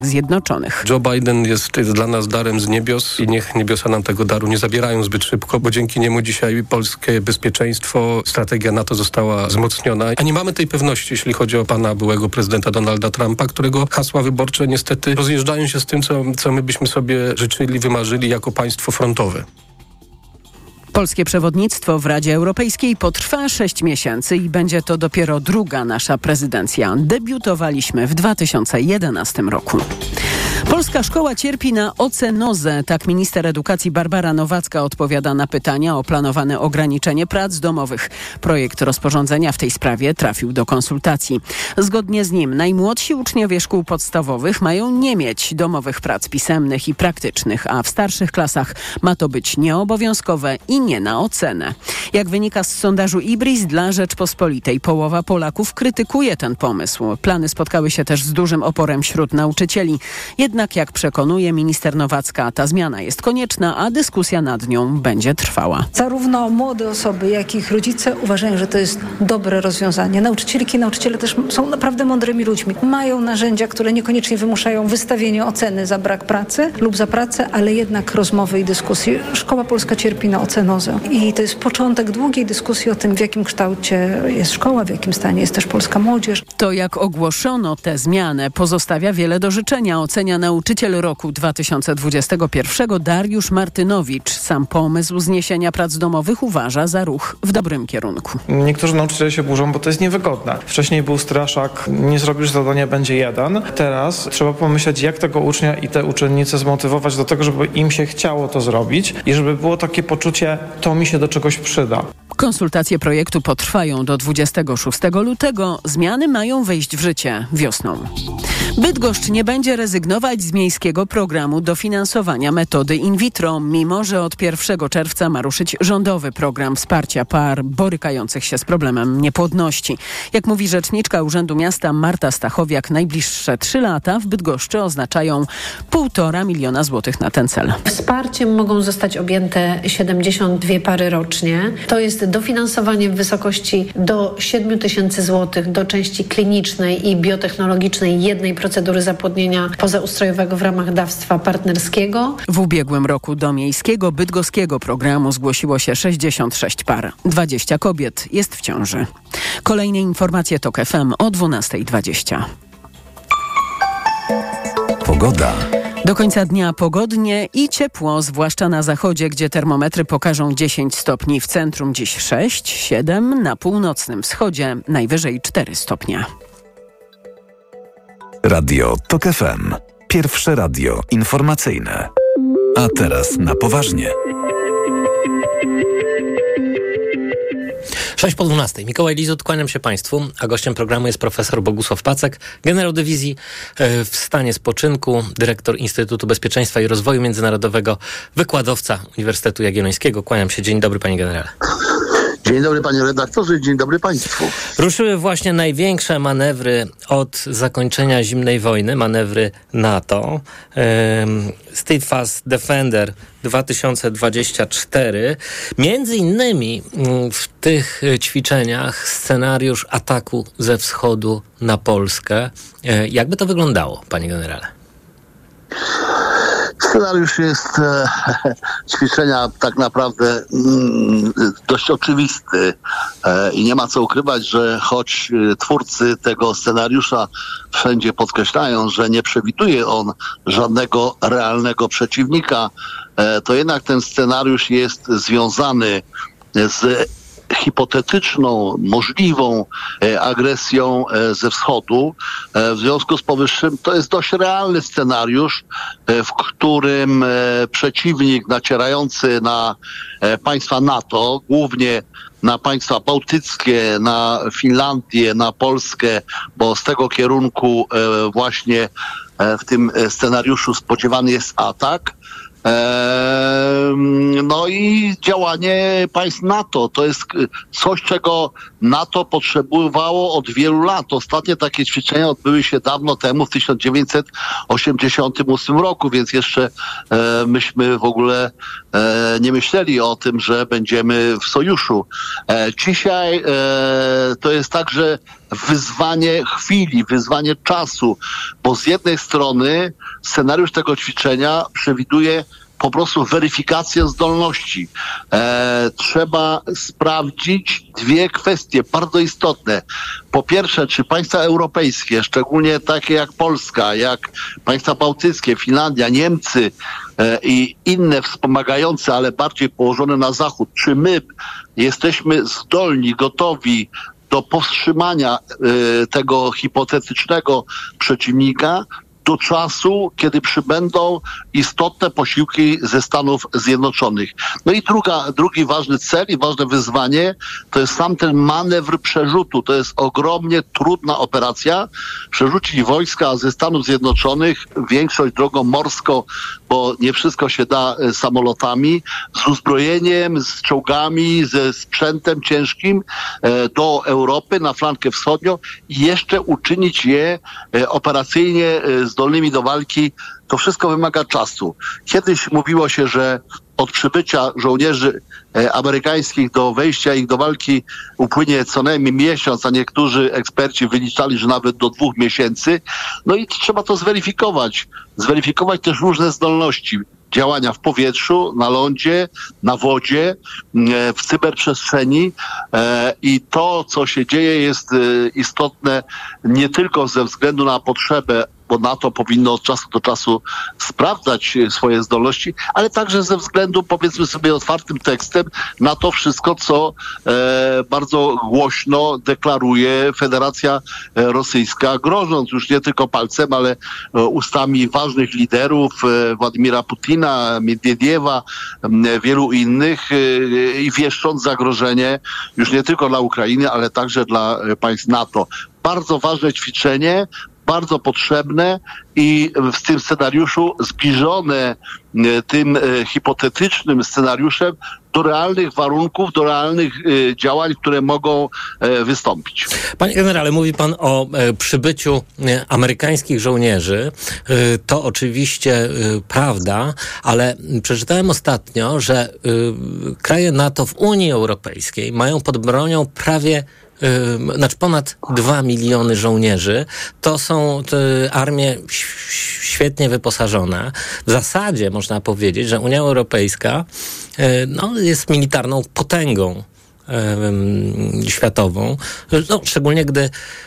Zjednoczonych. Joe Biden jest dla nas darem z niebios i niech niebiosa nam tego daru nie zabierają zbyt szybko, bo dzięki niemu dzisiaj polskie bezpieczeństwo, strategia NATO została wzmocniona. A nie mamy tej pewności, jeśli chodzi o pana byłego prezydenta Donalda Trumpa, którego hasła wyborcze niestety rozjeżdżają się z tym, co my byśmy sobie życzyli, wymarzyli jako państwo frontowe. Polskie przewodnictwo w Radzie Europejskiej potrwa 6 miesięcy i będzie to dopiero druga nasza prezydencja. Debiutowaliśmy w 2011 roku. Polska szkoła cierpi na ocenozę. Tak minister edukacji Barbara Nowacka odpowiada na pytania o planowane ograniczenie prac domowych. Projekt rozporządzenia w tej sprawie trafił do konsultacji. Zgodnie z nim najmłodsi uczniowie szkół podstawowych mają nie mieć domowych prac pisemnych i praktycznych, a w starszych klasach ma to być nieobowiązkowe i nie na ocenę. Jak wynika z sondażu IBRIS dla Rzeczpospolitej, połowa Polaków krytykuje ten pomysł. Plany spotkały się też z dużym oporem wśród nauczycieli. Jednak, jak przekonuje minister Nowacka, ta zmiana jest konieczna, a dyskusja nad nią będzie trwała. Zarówno młode osoby, jak i ich rodzice uważają, że to jest dobre rozwiązanie. Nauczycielki i nauczyciele też są naprawdę mądrymi ludźmi. Mają narzędzia, które niekoniecznie wymuszają wystawienie oceny za brak pracy lub za pracę, ale jednak rozmowy i dyskusji. Szkoła polska cierpi na ocenozę i to jest początek długiej dyskusji o tym, w jakim kształcie jest szkoła, w jakim stanie jest też polska młodzież. To, jak ogłoszono tę zmianę, pozostawia wiele do życzenia, ocenia nauczyciel roku 2021 Dariusz Martynowicz. Sam pomysł zniesienia prac domowych uważa za ruch w dobrym kierunku. Niektórzy nauczyciele się burzą, bo to jest niewygodne. Wcześniej był straszak, nie zrobisz zadania, będzie jeden. Teraz trzeba pomyśleć, jak tego ucznia i tę uczennicę zmotywować do tego, żeby im się chciało to zrobić i żeby było takie poczucie, to mi się do czegoś przyda. Konsultacje projektu potrwają do 26 lutego. Zmiany mają wejść w życie wiosną. Bydgoszcz nie będzie rezygnować z miejskiego programu dofinansowania metody in vitro, mimo że od 1 czerwca ma ruszyć rządowy program wsparcia par borykających się z problemem niepłodności. Jak mówi rzeczniczka Urzędu Miasta Marta Stachowiak, najbliższe 3 lata w Bydgoszczy oznaczają 1,5 miliona złotych na ten cel. Wsparciem mogą zostać objęte 72 pary rocznie. To jest dofinansowanie w wysokości do 7 000 złotych do części klinicznej i biotechnologicznej jednej procedury zapłodnienia pozaustrojowego w ramach dawstwa partnerskiego. W ubiegłym roku do miejskiego bydgoskiego programu zgłosiło się 66 par. 20 kobiet jest w ciąży. Kolejne informacje TOK FM o 12:20. Pogoda. Do końca dnia pogodnie i ciepło, zwłaszcza na zachodzie, gdzie termometry pokażą 10 stopni. W centrum dziś 6, 7, na północnym wschodzie najwyżej 4 stopnie. Radio TOK FM. Pierwsze radio informacyjne. A teraz na poważnie. 6:12. Mikołaj Lizut, kłaniam się Państwu, a gościem programu jest profesor Bogusław Pacek, generał dywizji w stanie spoczynku, dyrektor Instytutu Bezpieczeństwa i Rozwoju Międzynarodowego, wykładowca Uniwersytetu Jagiellońskiego. Kłaniam się. Dzień dobry, panie generale. Dzień dobry, panie redaktorze, dzień dobry państwu. Ruszyły właśnie największe manewry od zakończenia zimnej wojny, manewry NATO. Steadfast Defender 2024. Między innymi w tych ćwiczeniach scenariusz ataku ze wschodu na Polskę. Jakby to wyglądało, panie generale? Scenariusz jest ćwiczenia tak naprawdę dość oczywisty i nie ma co ukrywać, że choć twórcy tego scenariusza wszędzie podkreślają, że nie przewiduje on żadnego realnego przeciwnika, to jednak ten scenariusz jest związany z hipotetyczną, możliwą agresją ze wschodu. W związku z powyższym to jest dość realny scenariusz, w którym przeciwnik nacierający na państwa NATO, głównie na państwa bałtyckie, na Finlandię, na Polskę, bo z tego kierunku właśnie w tym scenariuszu spodziewany jest atak. No i działanie państw NATO. To jest coś, czego NATO potrzebowało od wielu lat. Ostatnie takie ćwiczenia odbyły się dawno temu, w 1988 roku, więc jeszcze myśmy w ogóle nie myśleli o tym, że będziemy w sojuszu. Dzisiaj to jest tak, że wyzwanie chwili, wyzwanie czasu, bo z jednej strony scenariusz tego ćwiczenia przewiduje po prostu weryfikację zdolności. Trzeba sprawdzić dwie kwestie bardzo istotne. Po pierwsze, czy państwa europejskie, szczególnie takie jak Polska, jak państwa bałtyckie, Finlandia, Niemcy i inne wspomagające, ale bardziej położone na zachód, czy my jesteśmy zdolni, gotowi do powstrzymania tego hipotetycznego przeciwnika do czasu, kiedy przybędą istotne posiłki ze Stanów Zjednoczonych. No i drugi ważny cel i ważne wyzwanie to jest sam ten manewr przerzutu. To jest ogromnie trudna operacja. Przerzucić wojska ze Stanów Zjednoczonych, większość drogą morską, bo nie wszystko się da samolotami, z uzbrojeniem, z czołgami, ze sprzętem ciężkim do Europy, na flankę wschodnią i jeszcze uczynić je operacyjnie zdolnymi do walki, to wszystko wymaga czasu. Kiedyś mówiło się, że od przybycia żołnierzy amerykańskich do wejścia ich do walki upłynie co najmniej miesiąc, a niektórzy eksperci wyliczali, że nawet do 2 miesięcy. No i trzeba to zweryfikować. Zweryfikować też różne zdolności działania w powietrzu, na lądzie, na wodzie, w cyberprzestrzeni i to, co się dzieje, jest istotne nie tylko ze względu na potrzebę, bo NATO powinno od czasu do czasu sprawdzać swoje zdolności, ale także ze względu, powiedzmy sobie otwartym tekstem, na to wszystko, co bardzo głośno deklaruje Federacja Rosyjska, grożąc już nie tylko palcem, ale ustami ważnych liderów, Władimira Putina, Miedwiediewa, wielu innych i wieszcząc zagrożenie już nie tylko dla Ukrainy, ale także dla państw NATO. Bardzo ważne ćwiczenie, bardzo potrzebne i w tym scenariuszu zbliżone tym hipotetycznym scenariuszem do realnych warunków, do realnych działań, które mogą wystąpić. Panie generale, mówi pan o przybyciu amerykańskich żołnierzy. To oczywiście prawda, ale przeczytałem ostatnio, że kraje NATO w Unii Europejskiej mają pod bronią prawie ponad 2 miliony żołnierzy. To są armie świetnie wyposażone. W zasadzie można powiedzieć, że Unia Europejska jest militarną potęgą światową. No, szczególnie gdy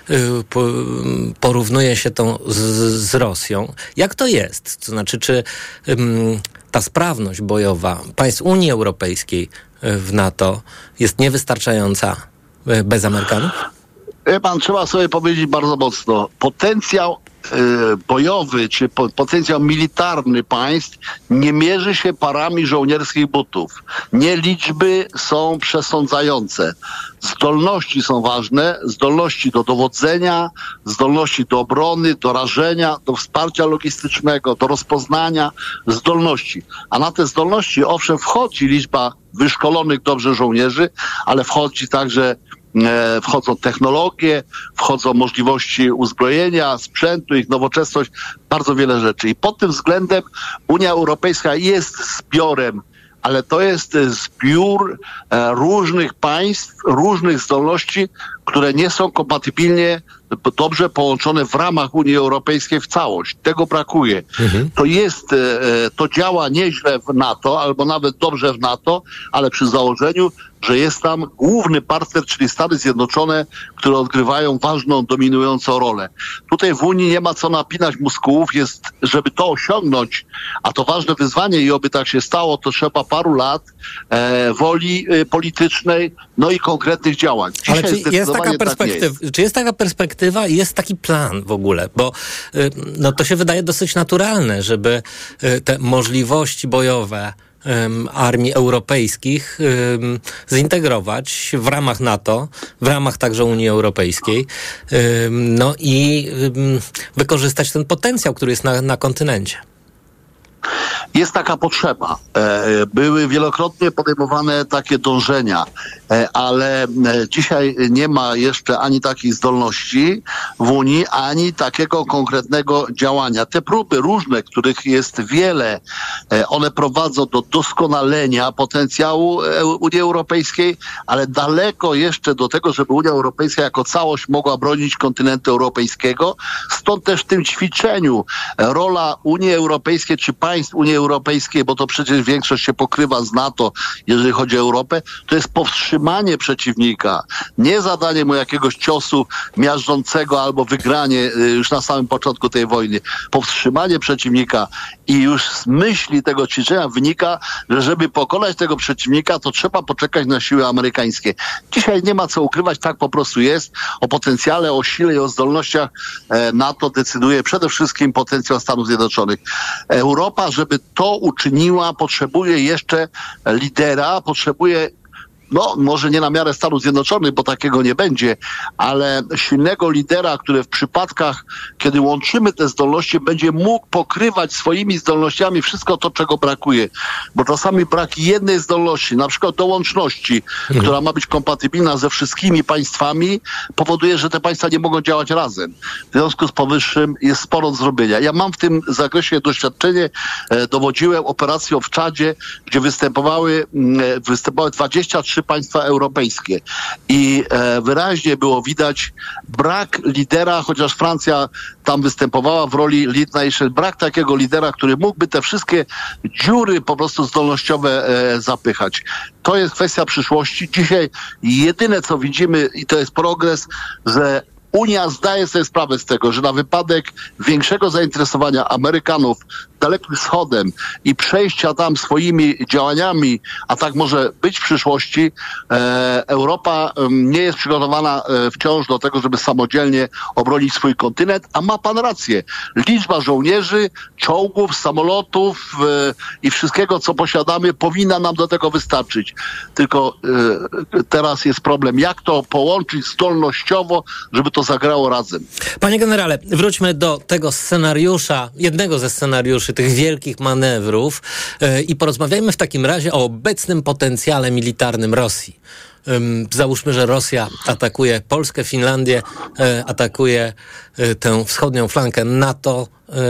porównuje się to z Rosją. Jak to jest? To znaczy, czy ta sprawność bojowa państw Unii Europejskiej w NATO jest niewystarczająca bez Amerykanów? Pan, trzeba sobie powiedzieć bardzo mocno. Potencjał bojowy czy potencjał militarny państw nie mierzy się parami żołnierskich butów. Nie liczby są przesądzające. Zdolności są ważne, zdolności do dowodzenia, zdolności do obrony, do rażenia, do wsparcia logistycznego, do rozpoznania, zdolności. A na te zdolności owszem wchodzi liczba wyszkolonych dobrze żołnierzy, ale wchodzą technologie, wchodzą możliwości uzbrojenia, sprzętu, ich nowoczesność, bardzo wiele rzeczy. I pod tym względem Unia Europejska jest zbiorem, ale to jest zbiór różnych państw, różnych zdolności, które nie są kompatybilnie dobrze połączone w ramach Unii Europejskiej w całość. Tego brakuje. To działa nieźle w NATO, albo nawet dobrze w NATO, ale przy założeniu, że jest tam główny partner, czyli Stany Zjednoczone, które odgrywają ważną, dominującą rolę. Tutaj w Unii nie ma co napinać muskułów, żeby to osiągnąć, a to ważne wyzwanie i oby tak się stało, to trzeba paru lat woli politycznej, no i konkretnych działań. Ale czy jest taka perspektywa i jest taki plan w ogóle? Bo to się wydaje dosyć naturalne, żeby te możliwości bojowe armii europejskich zintegrować w ramach NATO, w ramach także Unii Europejskiej, i wykorzystać ten potencjał, który jest na kontynencie. Jest taka potrzeba. Były wielokrotnie podejmowane takie dążenia, ale dzisiaj nie ma jeszcze ani takiej zdolności w Unii, ani takiego konkretnego działania. Te próby różne, których jest wiele, one prowadzą do doskonalenia potencjału Unii Europejskiej, ale daleko jeszcze do tego, żeby Unia Europejska jako całość mogła bronić kontynentu europejskiego. Stąd też w tym ćwiczeniu rola Unii Europejskiej czy państw Unii Europejskiej, bo to przecież większość się pokrywa z NATO, jeżeli chodzi o Europę, to jest powstrzymanie przeciwnika, nie zadanie mu jakiegoś ciosu miażdżącego albo wygranie już na samym początku tej wojny. Powstrzymanie przeciwnika i już z myśli tego ćwiczenia wynika, że żeby pokonać tego przeciwnika, to trzeba poczekać na siły amerykańskie. Dzisiaj nie ma co ukrywać, tak po prostu jest. O potencjale, o sile i o zdolnościach NATO decyduje przede wszystkim potencjał Stanów Zjednoczonych. Europa, żeby to uczyniła, potrzebuje jeszcze lidera, potrzebuje może nie na miarę Stanów Zjednoczonych, bo takiego nie będzie, ale silnego lidera, który w przypadkach, kiedy łączymy te zdolności, będzie mógł pokrywać swoimi zdolnościami wszystko to, czego brakuje. Bo czasami brak jednej zdolności, na przykład do łączności, która ma być kompatybilna ze wszystkimi państwami, powoduje, że te państwa nie mogą działać razem. W związku z powyższym jest sporo do zrobienia. Ja mam w tym zakresie doświadczenie, dowodziłem operacją w Czadzie, gdzie występowały 23 państwa europejskie i wyraźnie było widać brak lidera, chociaż Francja tam występowała w roli lead nation, brak takiego lidera, który mógłby te wszystkie dziury po prostu zdolnościowe zapychać. To jest kwestia przyszłości. Dzisiaj jedyne, co widzimy, i to jest progres, że Unia zdaje sobie sprawę z tego, że na wypadek większego zainteresowania Amerykanów Dalekim Wschodem i przejścia tam swoimi działaniami, a tak może być w przyszłości, Europa nie jest przygotowana wciąż do tego, żeby samodzielnie obronić swój kontynent, a ma pan rację. Liczba żołnierzy, czołgów, samolotów i wszystkiego, co posiadamy, powinna nam do tego wystarczyć. Tylko teraz jest problem, jak to połączyć zdolnościowo, żeby to zagrało razem. Panie generale, wróćmy do tego scenariusza, jednego ze scenariuszy tych wielkich manewrów i porozmawiajmy w takim razie o obecnym potencjale militarnym Rosji. Załóżmy, że Rosja atakuje Polskę, Finlandię, atakuje tę wschodnią flankę NATO.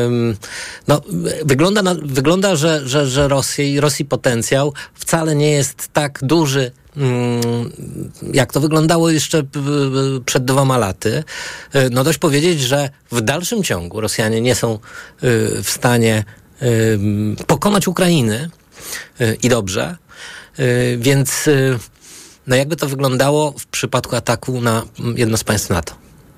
Wygląda, że Rosji potencjał wcale nie jest tak duży, jak to wyglądało jeszcze przed 2 laty. Dość powiedzieć, że w dalszym ciągu Rosjanie nie są w stanie pokonać Ukrainy i dobrze, więc jakby to wyglądało w przypadku ataku na jedno z państw NATO?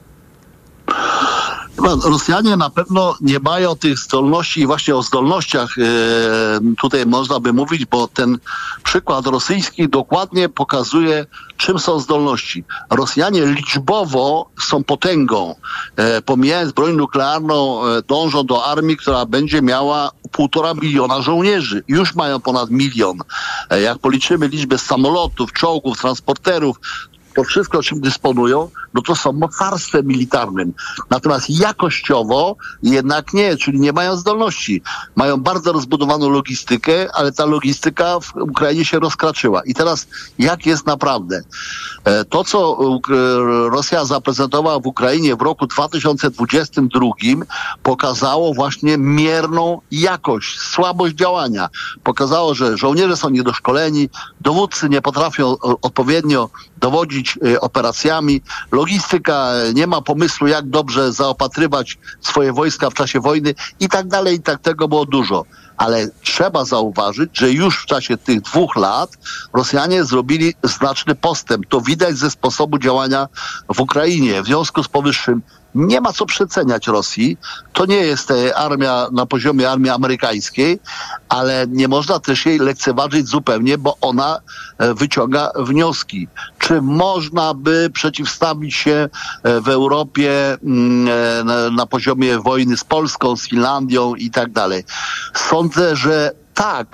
Rosjanie na pewno nie mają tych zdolności i właśnie o zdolnościach tutaj można by mówić, bo ten przykład rosyjski dokładnie pokazuje, czym są zdolności. Rosjanie liczbowo są potęgą. Pomijając broń nuklearną, dążą do armii, która będzie miała 1,5 miliona żołnierzy. Już mają ponad 1 milion. Jak policzymy liczbę samolotów, czołgów, transporterów, to wszystko, czym dysponują, to są mocarstwem militarnym. Natomiast jakościowo jednak nie, czyli nie mają zdolności. Mają bardzo rozbudowaną logistykę, ale ta logistyka w Ukrainie się rozkraczyła. I teraz jak jest naprawdę? To, co Rosja zaprezentowała w Ukrainie w roku 2022, pokazało właśnie mierną jakość, słabość działania. Pokazało, że żołnierze są niedoszkoleni, dowódcy nie potrafią odpowiednio dowodzić operacjami, logistyka nie ma pomysłu, jak dobrze zaopatrywać swoje wojska w czasie wojny i tak dalej, i tak tego było dużo. Ale trzeba zauważyć, że już w czasie tych 2 lat Rosjanie zrobili znaczny postęp. To widać ze sposobu działania w Ukrainie. W związku z powyższym nie ma co przeceniać Rosji. To nie jest armia na poziomie armii amerykańskiej, ale nie można też jej lekceważyć zupełnie, bo ona wyciąga wnioski. Czy można by przeciwstawić się w Europie na poziomie wojny z Polską, z Finlandią i tak dalej? Sądzę, że tak,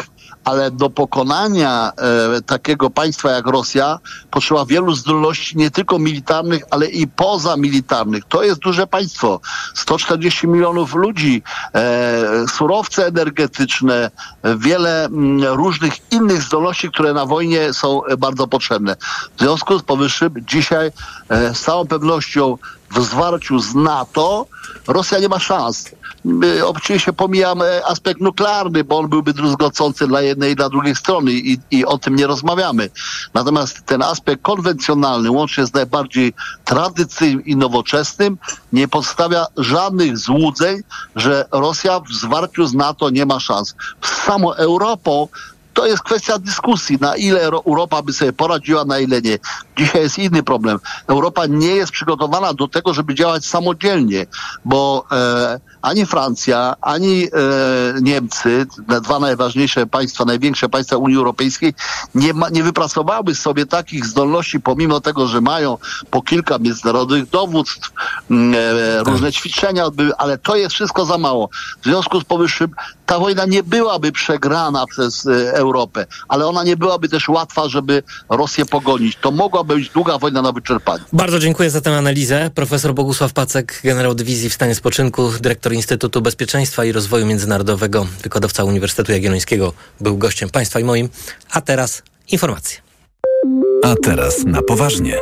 ale do pokonania takiego państwa jak Rosja potrzeba wielu zdolności nie tylko militarnych, ale i pozamilitarnych. To jest duże państwo. 140 milionów ludzi, surowce energetyczne, wiele różnych innych zdolności, które na wojnie są bardzo potrzebne. W związku z powyższym dzisiaj z całą pewnością w zwarciu z NATO Rosja nie ma szans. Oczywiście pomijamy aspekt nuklearny, bo on byłby druzgocący dla jednej i dla drugiej strony i o tym nie rozmawiamy. Natomiast ten aspekt konwencjonalny, łącznie z najbardziej tradycyjnym i nowoczesnym, nie podstawia żadnych złudzeń, że Rosja w zwarciu z NATO nie ma szans. Z samą Europą to jest kwestia dyskusji, na ile Europa by sobie poradziła, na ile nie. Dzisiaj jest inny problem. Europa nie jest przygotowana do tego, żeby działać samodzielnie, bo ani Francja, ani Niemcy, dwa najważniejsze państwa, największe państwa Unii Europejskiej, nie wypracowały sobie takich zdolności, pomimo tego, że mają po kilka międzynarodowych dowództw, różne ćwiczenia odbyły, ale to jest wszystko za mało. W związku z powyższym ta wojna nie byłaby przegrana przez Europę, ale ona nie byłaby też łatwa, żeby Rosję pogonić. To mogłaby być długa wojna na wyczerpanie. Bardzo dziękuję za tę analizę. Profesor Bogusław Pacek, generał dywizji w stanie spoczynku, dyrektor Instytutu Bezpieczeństwa i Rozwoju Międzynarodowego, wykładowca Uniwersytetu Jagiellońskiego, był gościem państwa i moim. A teraz informacje. A teraz na poważnie.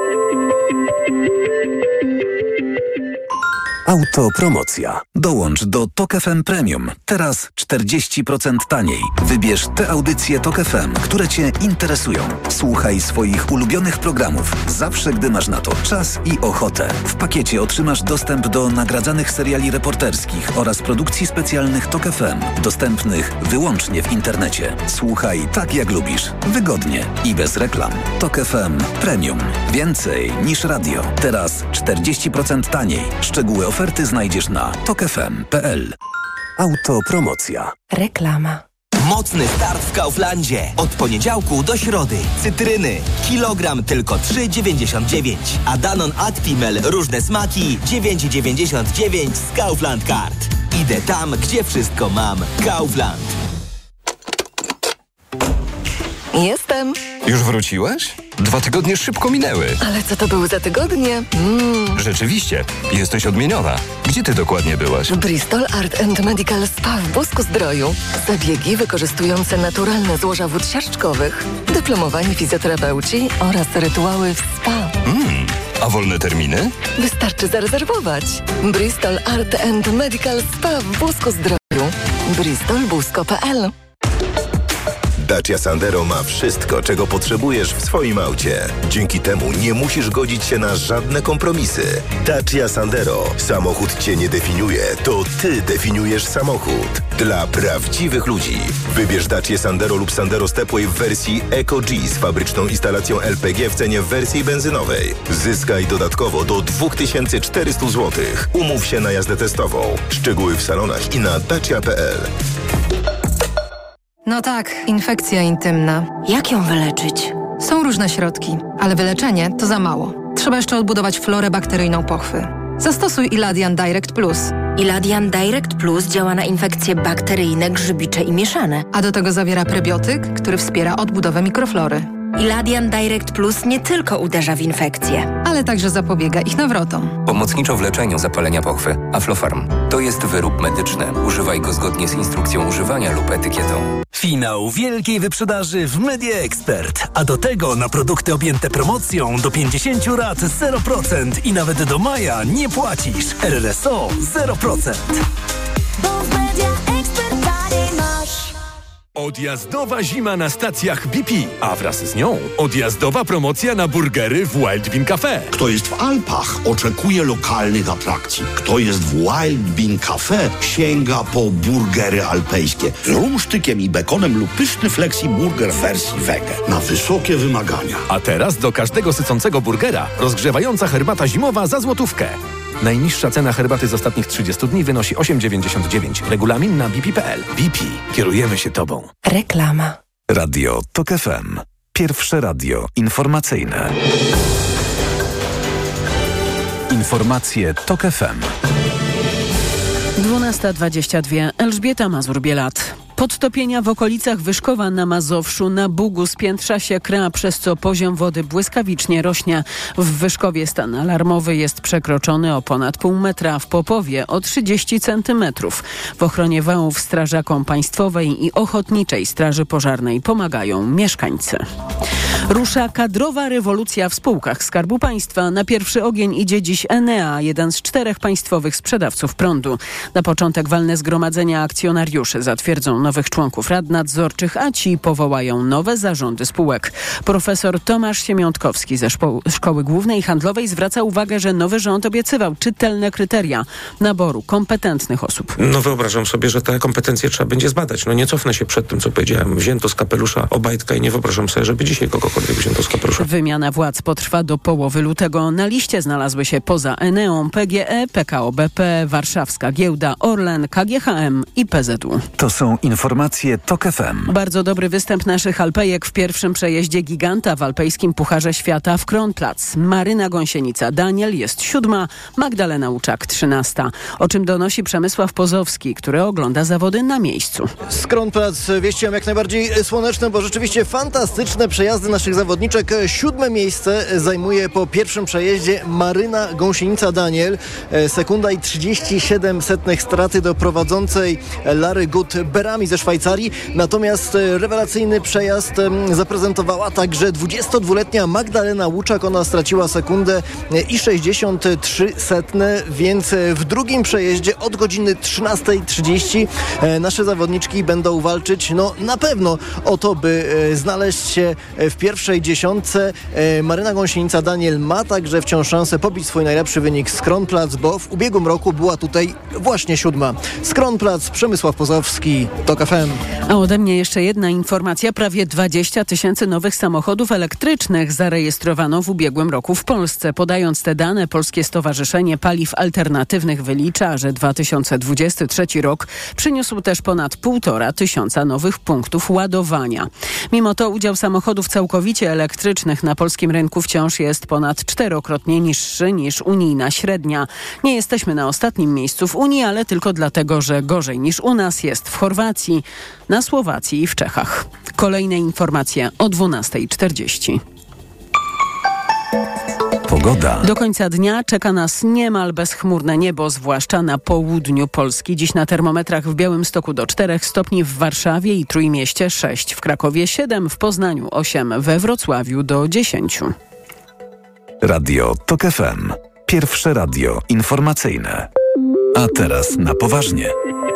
Autopromocja. Dołącz do TOK FM Premium. Teraz 40% taniej. Wybierz te audycje TOK FM, które Cię interesują. Słuchaj swoich ulubionych programów zawsze, gdy masz na to czas i ochotę. W pakiecie otrzymasz dostęp do nagradzanych seriali reporterskich oraz produkcji specjalnych TOK FM, dostępnych wyłącznie w internecie. Słuchaj tak, jak lubisz. Wygodnie i bez reklam. TOK FM Premium. Więcej niż radio. Teraz 40% taniej. Szczegóły oferty znajdziesz na tokfm.pl. Autopromocja. Reklama. Mocny start w Kauflandzie. Od poniedziałku do środy. Cytryny. Kilogram tylko 3,99. A Danon Actimel różne smaki 9,99 z Kaufland Card. Idę tam, gdzie wszystko mam. Kaufland. Jestem. Już wróciłaś? 2 tygodnie szybko minęły. Ale co to były za tygodnie? Rzeczywiście, jesteś odmieniona. Gdzie ty dokładnie byłaś? Bristol Art and Medical Spa w Busku-Zdroju. Zabiegi wykorzystujące naturalne złoża wód siarczkowych, dyplomowani fizjoterapeuci oraz rytuały w spa. A wolne terminy? Wystarczy zarezerwować. Bristol Art and Medical Spa w Busku-Zdroju. bristolbusko.pl. Dacia Sandero ma wszystko, czego potrzebujesz w swoim aucie. Dzięki temu nie musisz godzić się na żadne kompromisy. Dacia Sandero. Samochód Cię nie definiuje, to Ty definiujesz samochód. Dla prawdziwych ludzi. Wybierz Dacia Sandero lub Sandero Stepway w wersji Eco G z fabryczną instalacją LPG w cenie w wersji benzynowej. Zyskaj dodatkowo do 2400 zł. Umów się na jazdę testową. Szczegóły w salonach i na dacia.pl. No tak, infekcja intymna. Jak ją wyleczyć? Są różne środki, ale wyleczenie to za mało. Trzeba jeszcze odbudować florę bakteryjną pochwy. Zastosuj Iladian Direct Plus. Iladian Direct Plus działa na infekcje bakteryjne, grzybicze i mieszane. A do tego zawiera prebiotyk, który wspiera odbudowę mikroflory. Iladian Direct Plus nie tylko uderza w infekcje, ale także zapobiega ich nawrotom. Pomocniczo w leczeniu zapalenia pochwy. Aflofarm. To jest wyrób medyczny. Używaj go zgodnie z instrukcją używania lub etykietą. Finał wielkiej wyprzedaży w Media Expert. A do tego na produkty objęte promocją do 50 rat 0% i nawet do maja nie płacisz. RRSO 0%. Bo w Media Expert taniej masz. Odjazdowa zima na stacjach BP, a wraz z nią odjazdowa promocja na burgery w Wild Bean Cafe. Kto jest w Alpach, oczekuje lokalnych atrakcji. Kto jest w Wild Bean Cafe, sięga po burgery alpejskie z rumsztykiem i bekonem lub pyszny flexi burger w wersji wege. Na wysokie wymagania. A teraz do każdego sycącego burgera rozgrzewająca herbata zimowa za złotówkę. Najniższa cena herbaty z ostatnich 30 dni wynosi 8,99. Regulamin na bp.pl. BP. Kierujemy się Tobą. Reklama. Radio TOK FM. Pierwsze radio informacyjne. Informacje TOK FM. 12:22. Elżbieta Mazur-Bielat. Podtopienia w okolicach Wyszkowa na Mazowszu. Na Bugu spiętrza się Kra, przez co poziom wody błyskawicznie rośnie. W Wyszkowie stan alarmowy jest przekroczony o ponad pół metra, w Popowie o 30 centymetrów. W ochronie wałów strażakom Państwowej i Ochotniczej Straży Pożarnej pomagają mieszkańcy. Rusza kadrowa rewolucja w spółkach Skarbu Państwa. Na pierwszy ogień idzie dziś Enea, jeden z 4 państwowych sprzedawców prądu. Na początek walne zgromadzenia akcjonariuszy zatwierdzą nowych członków rad nadzorczych, a ci powołają nowe zarządy spółek. Profesor Tomasz Siemiątkowski ze Szkoły Głównej Handlowej zwraca uwagę, że nowy rząd obiecywał czytelne kryteria naboru kompetentnych osób. Wyobrażam sobie, że te kompetencje trzeba będzie zbadać. Nie cofnę się przed tym, co powiedziałem. Wzięto z kapelusza Obajtka i nie wyobrażam sobie, żeby dzisiaj kogokolwiek wzięto z kapelusza. Wymiana władz potrwa do połowy lutego. Na liście znalazły się poza Eneą PGE, PKO BP, Warszawska Giełda, Orlen, KGHM i PZU. To są informacje TOK FM. Bardzo dobry występ naszych alpejek w pierwszym przejeździe giganta w alpejskim Pucharze Świata w Kronplatz. Maryna Gąsienica-Daniel jest 7, Magdalena Łuczak 13. O czym donosi Przemysław Pozowski, który ogląda zawody na miejscu. Z Kronplatz wieściem jak najbardziej słoneczne, bo rzeczywiście fantastyczne przejazdy naszych zawodniczek. 7 miejsce zajmuje po pierwszym przejeździe Maryna Gąsienica-Daniel. Sekunda i 37 straty do prowadzącej Lary Gut-Berami ze Szwajcarii. Natomiast rewelacyjny przejazd zaprezentowała także 22-letnia Magdalena Łuczak. Ona straciła sekundę i 63 setne, więc w drugim przejeździe od godziny 13:30 nasze zawodniczki będą walczyć na pewno o to, by znaleźć się w pierwszej dziesiątce. Maryna Gąsienica-Daniel ma także wciąż szansę pobić swój najlepszy wynik z Kronplatz, bo w ubiegłym roku była tutaj właśnie 7. Z Kronplatz Przemysław Pozowski, TOK FM. A ode mnie jeszcze jedna informacja. Prawie 20 000 nowych samochodów elektrycznych zarejestrowano w ubiegłym roku w Polsce. Podając te dane, Polskie Stowarzyszenie Paliw Alternatywnych wylicza, że 2023 rok przyniósł też ponad 1500 nowych punktów ładowania. Mimo to udział samochodów całkowicie elektrycznych na polskim rynku wciąż jest ponad 4-krotnie niższy niż unijna średnia. Nie jesteśmy na ostatnim miejscu w Unii, ale tylko dlatego, że gorzej niż u nas jest w Chorwacji, na Słowacji i w Czechach. Kolejne informacje o 12:40. Pogoda. Do końca dnia czeka nas niemal bezchmurne niebo, zwłaszcza na południu Polski. Dziś na termometrach w Białymstoku do 4 stopni, w Warszawie i Trójmieście 6, w Krakowie 7, w Poznaniu 8, we Wrocławiu do 10. Radio TOK FM. Pierwsze radio informacyjne. A teraz na poważnie.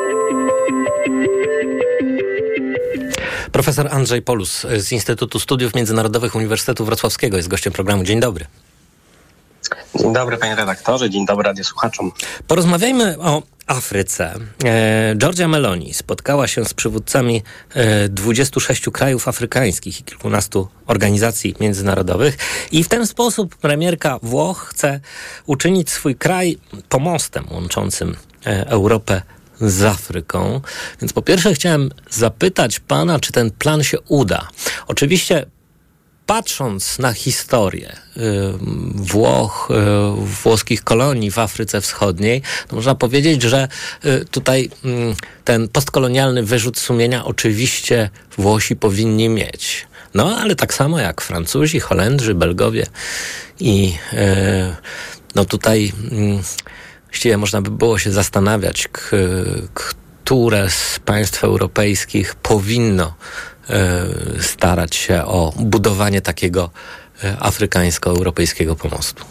Profesor Andrzej Polus z Instytutu Studiów Międzynarodowych Uniwersytetu Wrocławskiego jest gościem programu. Dzień dobry. Dzień dobry, panie redaktorze, dzień dobry radiosłuchaczom. Porozmawiajmy o Afryce. Giorgia Meloni spotkała się z przywódcami 26 krajów afrykańskich i kilkunastu organizacji międzynarodowych i w ten sposób premierka Włoch chce uczynić swój kraj pomostem łączącym Europę z Afryką. Więc po pierwsze chciałem zapytać pana, czy ten plan się uda. Oczywiście patrząc na historię Włoch, włoskich kolonii w Afryce Wschodniej, to można powiedzieć, że tutaj ten postkolonialny wyrzut sumienia oczywiście Włosi powinni mieć. Ale tak samo jak Francuzi, Holendrzy, Belgowie i tutaj właściwie można by było się zastanawiać, które z państw europejskich powinno starać się o budowanie takiego afrykańsko-europejskiego pomostu.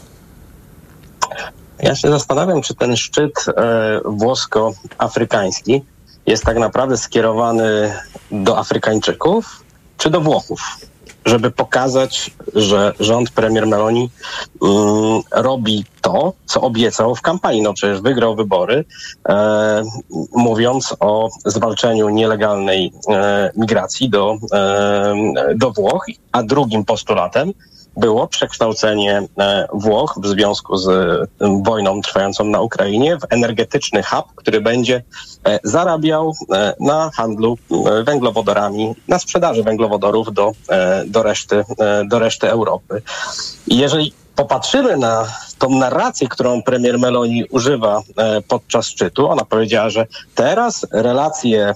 Ja się zastanawiam, czy ten szczyt włosko-afrykański jest tak naprawdę skierowany do Afrykańczyków, czy do Włochów, żeby pokazać, że rząd premier Meloni robi to, co obiecał w kampanii. Przecież wygrał wybory, mówiąc o zwalczeniu nielegalnej migracji do Włoch, a drugim postulatem było przekształcenie Włoch w związku z wojną trwającą na Ukrainie w energetyczny hub, który będzie zarabiał na handlu węglowodorami, na sprzedaży węglowodorów do reszty Europy. I jeżeli popatrzymy na tą narrację, którą premier Meloni używa podczas szczytu, ona powiedziała, że teraz relacje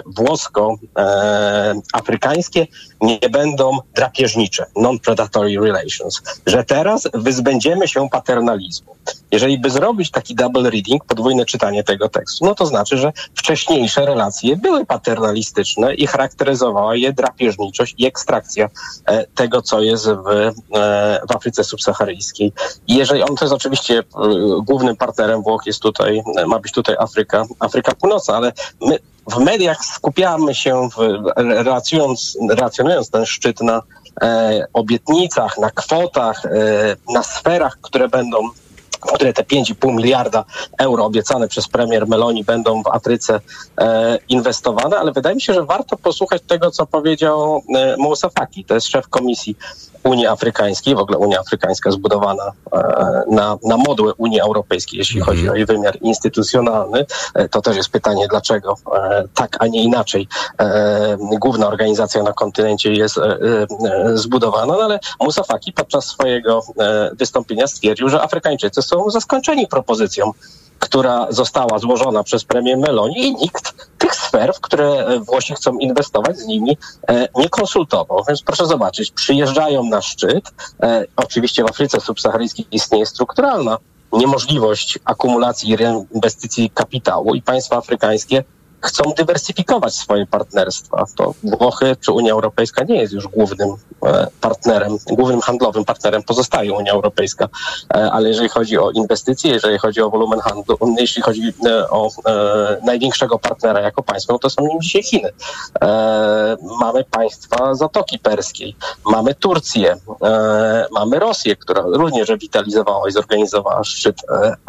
włosko-afrykańskie nie będą drapieżnicze, non-predatory relations, że teraz wyzbędziemy się paternalizmu. Jeżeli by zrobić taki double reading, podwójne czytanie tego tekstu, no to znaczy, że wcześniejsze relacje były paternalistyczne i charakteryzowała je drapieżniczość i ekstrakcja tego, co jest w Afryce subsaharyjskiej. I jeżeli on to jest oczywiście głównym partnerem Włoch, jest tutaj, ma być tutaj Afryka Północna, ale my w mediach skupiamy się, relacjonując ten szczyt na obietnicach, na kwotach, na sferach, które te 5,5 miliarda euro obiecane przez premier Meloni będą w Afryce inwestowane, ale wydaje mi się, że warto posłuchać tego, co powiedział Moussa Faki, to jest szef Komisji Unii Afrykańskiej. W ogóle Unia Afrykańska zbudowana na modłę Unii Europejskiej, jeśli chodzi o jej wymiar instytucjonalny. To też jest pytanie, dlaczego tak, a nie inaczej główna organizacja na kontynencie jest zbudowana, no ale Moussa Faki podczas swojego wystąpienia stwierdził, że Afrykańczycy są zaskoczeni propozycją, która została złożona przez premier Meloni i nikt tych sfer, w które Włosi chcą inwestować, z nimi nie konsultował. Więc proszę zobaczyć, przyjeżdżają na szczyt. Oczywiście w Afryce subsaharyjskiej istnieje strukturalna niemożliwość akumulacji i reinwestycji kapitału i państwa afrykańskie chcą dywersyfikować swoje partnerstwa. To Włochy czy Unia Europejska nie jest już głównym partnerem, głównym handlowym partnerem pozostaje Unia Europejska, ale jeżeli chodzi o inwestycje, jeżeli chodzi o wolumen handlu, jeśli chodzi o największego partnera jako państwo, no to są nim dzisiaj Chiny. Mamy państwa Zatoki Perskiej, mamy Turcję, mamy Rosję, która również rewitalizowała i zorganizowała szczyt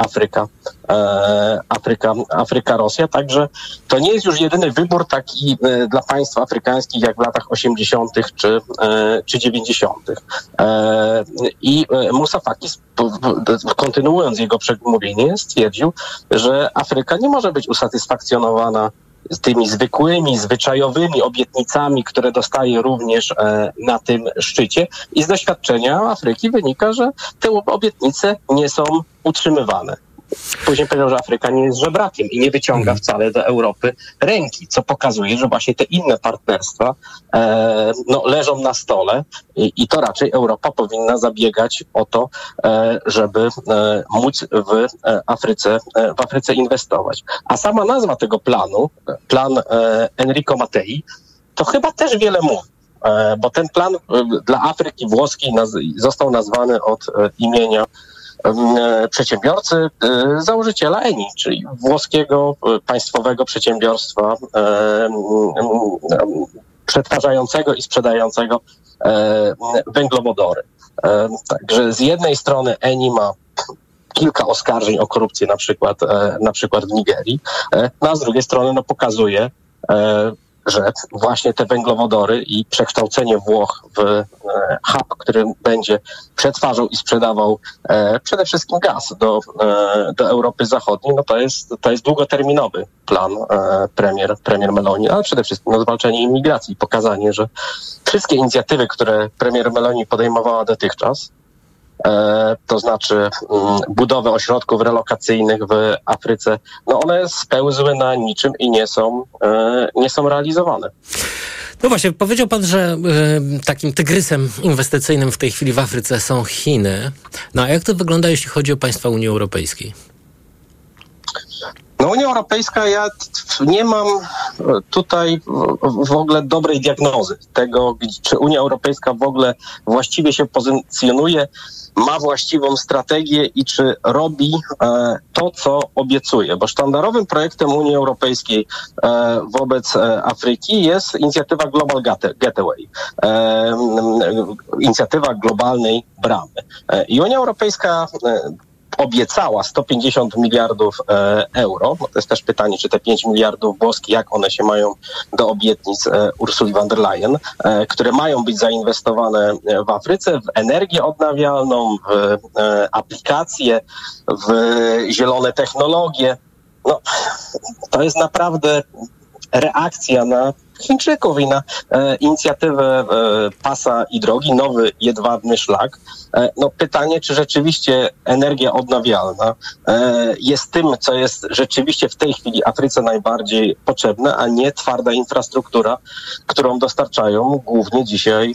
Afryka-Rosja, także to nie jest już jedyny wybór taki dla państw afrykańskich jak w latach 80. czy 90. I Moussa Faki, kontynuując jego przemówienie, stwierdził, że Afryka nie może być usatysfakcjonowana z tymi zwykłymi, zwyczajowymi obietnicami, które dostaje również na tym szczycie. I z doświadczenia Afryki wynika, że te obietnice nie są utrzymywane. Później powiedział, że Afryka nie jest żebrakiem i nie wyciąga wcale do Europy ręki, co pokazuje, że właśnie te inne partnerstwa leżą na stole i to raczej Europa powinna zabiegać o to, żeby móc w Afryce inwestować. A sama nazwa tego planu, plan Enrico Mattei, to chyba też wiele mówi. Bo ten plan dla Afryki włoskiej został nazwany od imienia przedsiębiorcy, założyciela Eni, czyli włoskiego państwowego przedsiębiorstwa przetwarzającego i sprzedającego węglowodory. Także z jednej strony Eni ma kilka oskarżeń o korupcję na przykład w Nigerii, a z drugiej strony pokazuje, że właśnie te węglowodory i przekształcenie Włoch w hub, który będzie przetwarzał i sprzedawał przede wszystkim gaz do Europy Zachodniej, no to jest długoterminowy plan premier Meloni, ale przede wszystkim zwalczanie imigracji, pokazanie, że wszystkie inicjatywy, które premier Meloni podejmowała dotychczas, to znaczy budowę ośrodków relokacyjnych w Afryce, no one spełzły na niczym i nie są realizowane. No właśnie, powiedział pan, że takim tygrysem inwestycyjnym w tej chwili w Afryce są Chiny. No a jak to wygląda, jeśli chodzi o państwa Unii Europejskiej? No Unia Europejska, ja nie mam tutaj w ogóle dobrej diagnozy tego, czy Unia Europejska w ogóle właściwie się pozycjonuje, ma właściwą strategię i czy robi to, co obiecuje. Bo sztandarowym projektem Unii Europejskiej wobec Afryki jest inicjatywa Global Gateway, inicjatywa globalnej bramy. I Unia Europejska obiecała 150 miliardów euro, bo to jest też pytanie, czy te 5 miliardów włoskich, jak one się mają do obietnic Ursuli von der Leyen, które mają być zainwestowane w Afryce, w energię odnawialną, w aplikacje, w zielone technologie. No, to jest naprawdę reakcja na Chińczyków i na inicjatywę pasa i drogi, nowy jedwabny szlak. No pytanie, czy rzeczywiście energia odnawialna jest tym, co jest rzeczywiście w tej chwili Afryce najbardziej potrzebne, a nie twarda infrastruktura, którą dostarczają głównie dzisiaj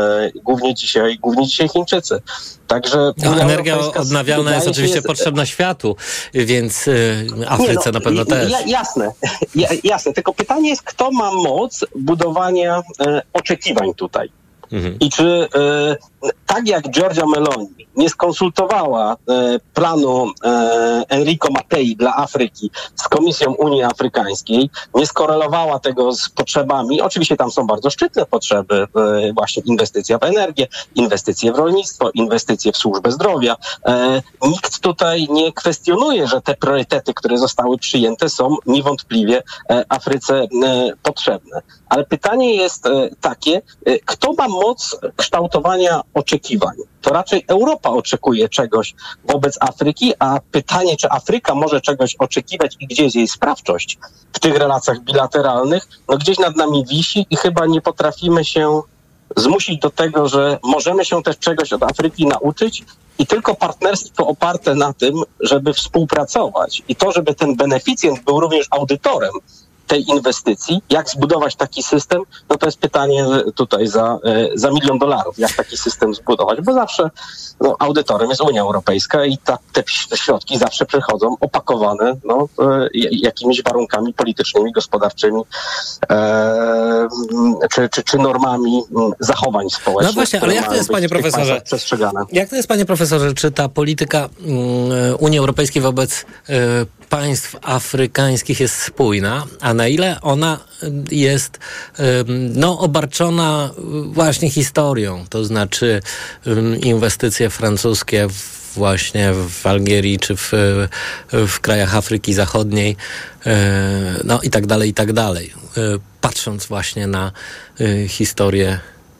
Chińczycy. Także energia odnawialna jest oczywiście potrzebna światu, więc Afryce na pewno też. Jasne. Tylko pytanie jest, kto ma moc budowania oczekiwań tutaj. I czy tak jak Giorgia Meloni nie skonsultowała planu Enrico Mattei dla Afryki z Komisją Unii Afrykańskiej, nie skorelowała tego z potrzebami, oczywiście tam są bardzo szczytne potrzeby, właśnie inwestycja w energię, inwestycje w rolnictwo, inwestycje w służbę zdrowia. Nikt tutaj nie kwestionuje, że te priorytety, które zostały przyjęte, są niewątpliwie Afryce potrzebne. Ale pytanie jest takie, kto ma moc kształtowania oczekiwań? To raczej Europa oczekuje czegoś wobec Afryki, a pytanie, czy Afryka może czegoś oczekiwać i gdzie jest jej sprawczość w tych relacjach bilateralnych, no gdzieś nad nami wisi i chyba nie potrafimy się zmusić do tego, że możemy się też czegoś od Afryki nauczyć i tylko partnerstwo oparte na tym, żeby współpracować i to, żeby ten beneficjent był również audytorem tej inwestycji, jak zbudować taki system, no to jest pytanie tutaj za $1 milion, jak taki system zbudować, bo zawsze audytorem jest Unia Europejska i te środki zawsze przychodzą opakowane jakimiś warunkami politycznymi, gospodarczymi czy normami zachowań społecznych. No właśnie, ale jak to jest, panie profesorze? Jak to jest, panie profesorze, czy ta polityka Unii Europejskiej wobec państw afrykańskich jest spójna, a na ile ona jest obarczona właśnie historią, to znaczy inwestycje francuskie właśnie w Algierii czy w krajach Afryki Zachodniej, i tak dalej. Patrząc właśnie na historię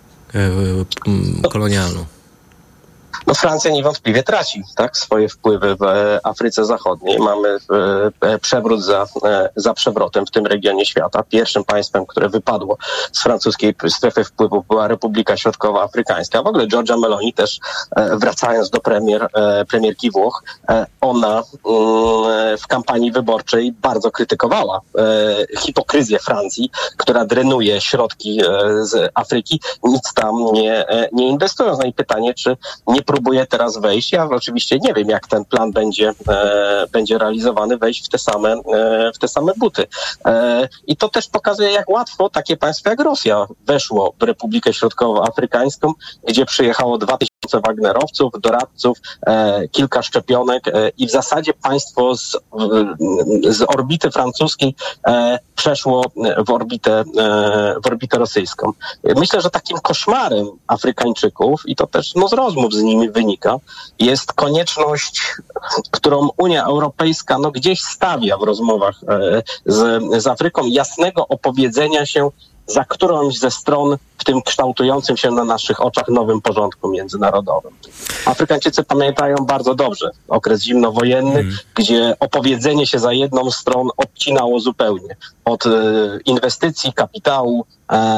kolonialną. No Francja niewątpliwie traci swoje wpływy w Afryce Zachodniej. Mamy przewrót za przewrotem w tym regionie świata. Pierwszym państwem, które wypadło z francuskiej strefy wpływów, była Republika Środkowoafrykańska. W ogóle Giorgia Meloni też, wracając do premierki Włoch, ona w kampanii wyborczej bardzo krytykowała hipokryzję Francji, która drenuje środki z Afryki, nic tam nie inwestując. No i pytanie, czy nie próbuje teraz wejść. Ja oczywiście nie wiem, jak ten plan będzie realizowany, wejść w te same buty. I to też pokazuje, jak łatwo takie państwo jak Rosja weszło w Republikę Środkowoafrykańską, gdzie przyjechało 2000 Wagnerowców, doradców, kilka szczepionek i w zasadzie państwo z orbity francuskiej przeszło w orbitę rosyjską. Myślę, że takim koszmarem Afrykańczyków, i to też z rozmów z nimi wynika, jest konieczność, którą Unia Europejska gdzieś stawia w rozmowach z Afryką, jasnego opowiedzenia się za którąś ze stron w tym kształtującym się na naszych oczach nowym porządku międzynarodowym. Afrykańczycy pamiętają bardzo dobrze okres zimnowojenny, gdzie opowiedzenie się za jedną stron odcinało zupełnie od inwestycji, kapitału,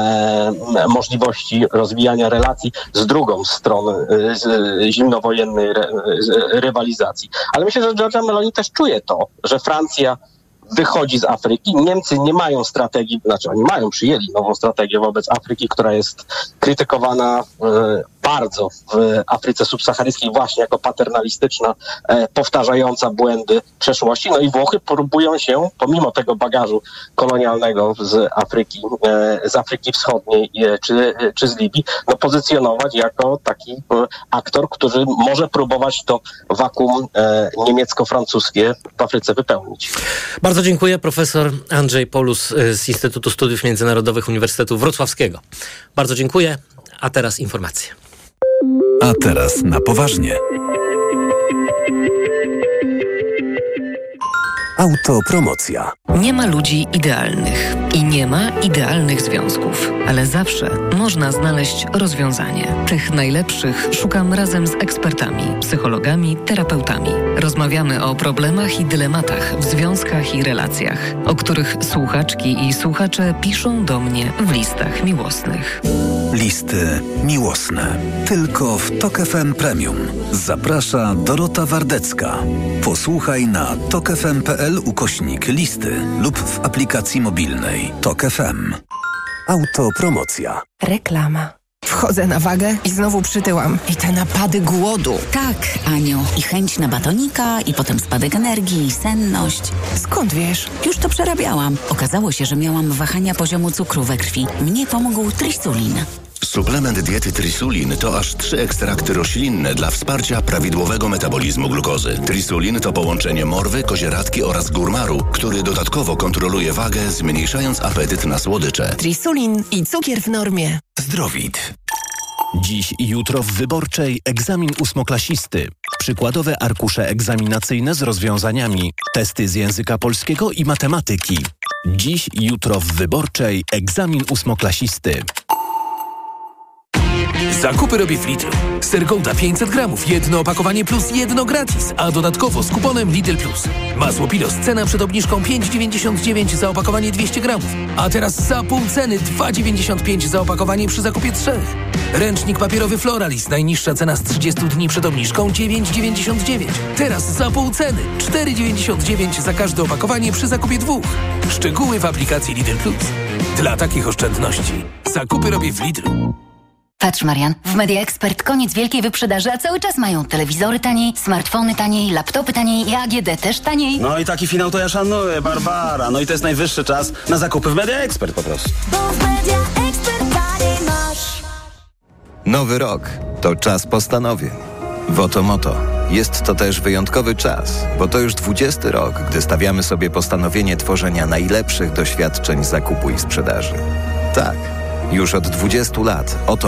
możliwości rozwijania relacji z drugą stron zimnowojennej rywalizacji. Ale myślę, że Giorgia Meloni też czuje to, że Francja wychodzi z Afryki. Niemcy nie mają strategii, oni przyjęli nową strategię wobec Afryki, która jest krytykowana bardzo w Afryce subsaharyjskiej właśnie jako paternalistyczna, powtarzająca błędy przeszłości. No i Włochy próbują się, pomimo tego bagażu kolonialnego z Afryki Wschodniej czy z Libii, pozycjonować jako taki aktor, który może próbować to wakuum niemiecko-francuskie w Afryce wypełnić. Bardzo dziękuję. Profesor Andrzej Polus z Instytutu Studiów Międzynarodowych Uniwersytetu Wrocławskiego. Bardzo dziękuję. A teraz informacje. A teraz na poważnie. Autopromocja. Nie ma ludzi idealnych i nie ma idealnych związków, ale zawsze można znaleźć rozwiązanie. Tych najlepszych szukam razem z ekspertami, psychologami, terapeutami. Rozmawiamy o problemach i dylematach w związkach i relacjach, o których słuchaczki i słuchacze piszą do mnie w listach miłosnych. Listy miłosne. Tylko w TOK FM Premium. Zaprasza Dorota Wardecka. Posłuchaj na tokfm.pl/listy lub w aplikacji mobilnej TOK FM. Autopromocja. Reklama. Wchodzę na wagę i znowu przytyłam. I te napady głodu. Tak, Aniu. I chęć na batonika, i potem spadek energii, i senność. Skąd wiesz? Już to przerabiałam. Okazało się, że miałam wahania poziomu cukru we krwi. Mnie pomógł Trisulin. Suplement diety Trisulin to aż 3 ekstrakty roślinne dla wsparcia prawidłowego metabolizmu glukozy. Trisulin to połączenie morwy, kozieradki oraz górmaru, który dodatkowo kontroluje wagę, zmniejszając apetyt na słodycze. Trisulin i cukier w normie. Zdrowit. Dziś i jutro w Wyborczej egzamin ósmoklasisty. Przykładowe arkusze egzaminacyjne z rozwiązaniami. Testy z języka polskiego i matematyki. Dziś i jutro w Wyborczej egzamin ósmoklasisty. Zakupy robię w Lidl. Ser Gouda 500 gramów, jedno opakowanie plus jedno gratis, a dodatkowo z kuponem Lidl Plus. Masło Pilos, cena przed obniżką 5,99 za opakowanie 200 gramów, a teraz za pół ceny 2,95 za opakowanie przy zakupie 3. Ręcznik papierowy Floralis, najniższa cena z 30 dni przed obniżką 9,99. Teraz za pół ceny 4,99 za każde opakowanie przy zakupie 2. Szczegóły w aplikacji Lidl Plus. Dla takich oszczędności zakupy robię w Lidlu. Patrz, Marian, w Media Expert koniec wielkiej wyprzedaży, a cały czas mają telewizory taniej, smartfony taniej, laptopy taniej i AGD też taniej. No i taki finał to ja szanuję, Barbara. No i to jest najwyższy czas na zakupy w Media Expert po prostu. Bo w Media Expert taniej masz. Nowy rok to czas postanowień. Woto-moto. Jest to też wyjątkowy czas, bo to już 20. rok, gdy stawiamy sobie postanowienie tworzenia najlepszych doświadczeń zakupu i sprzedaży. Tak, już od 20 lat oto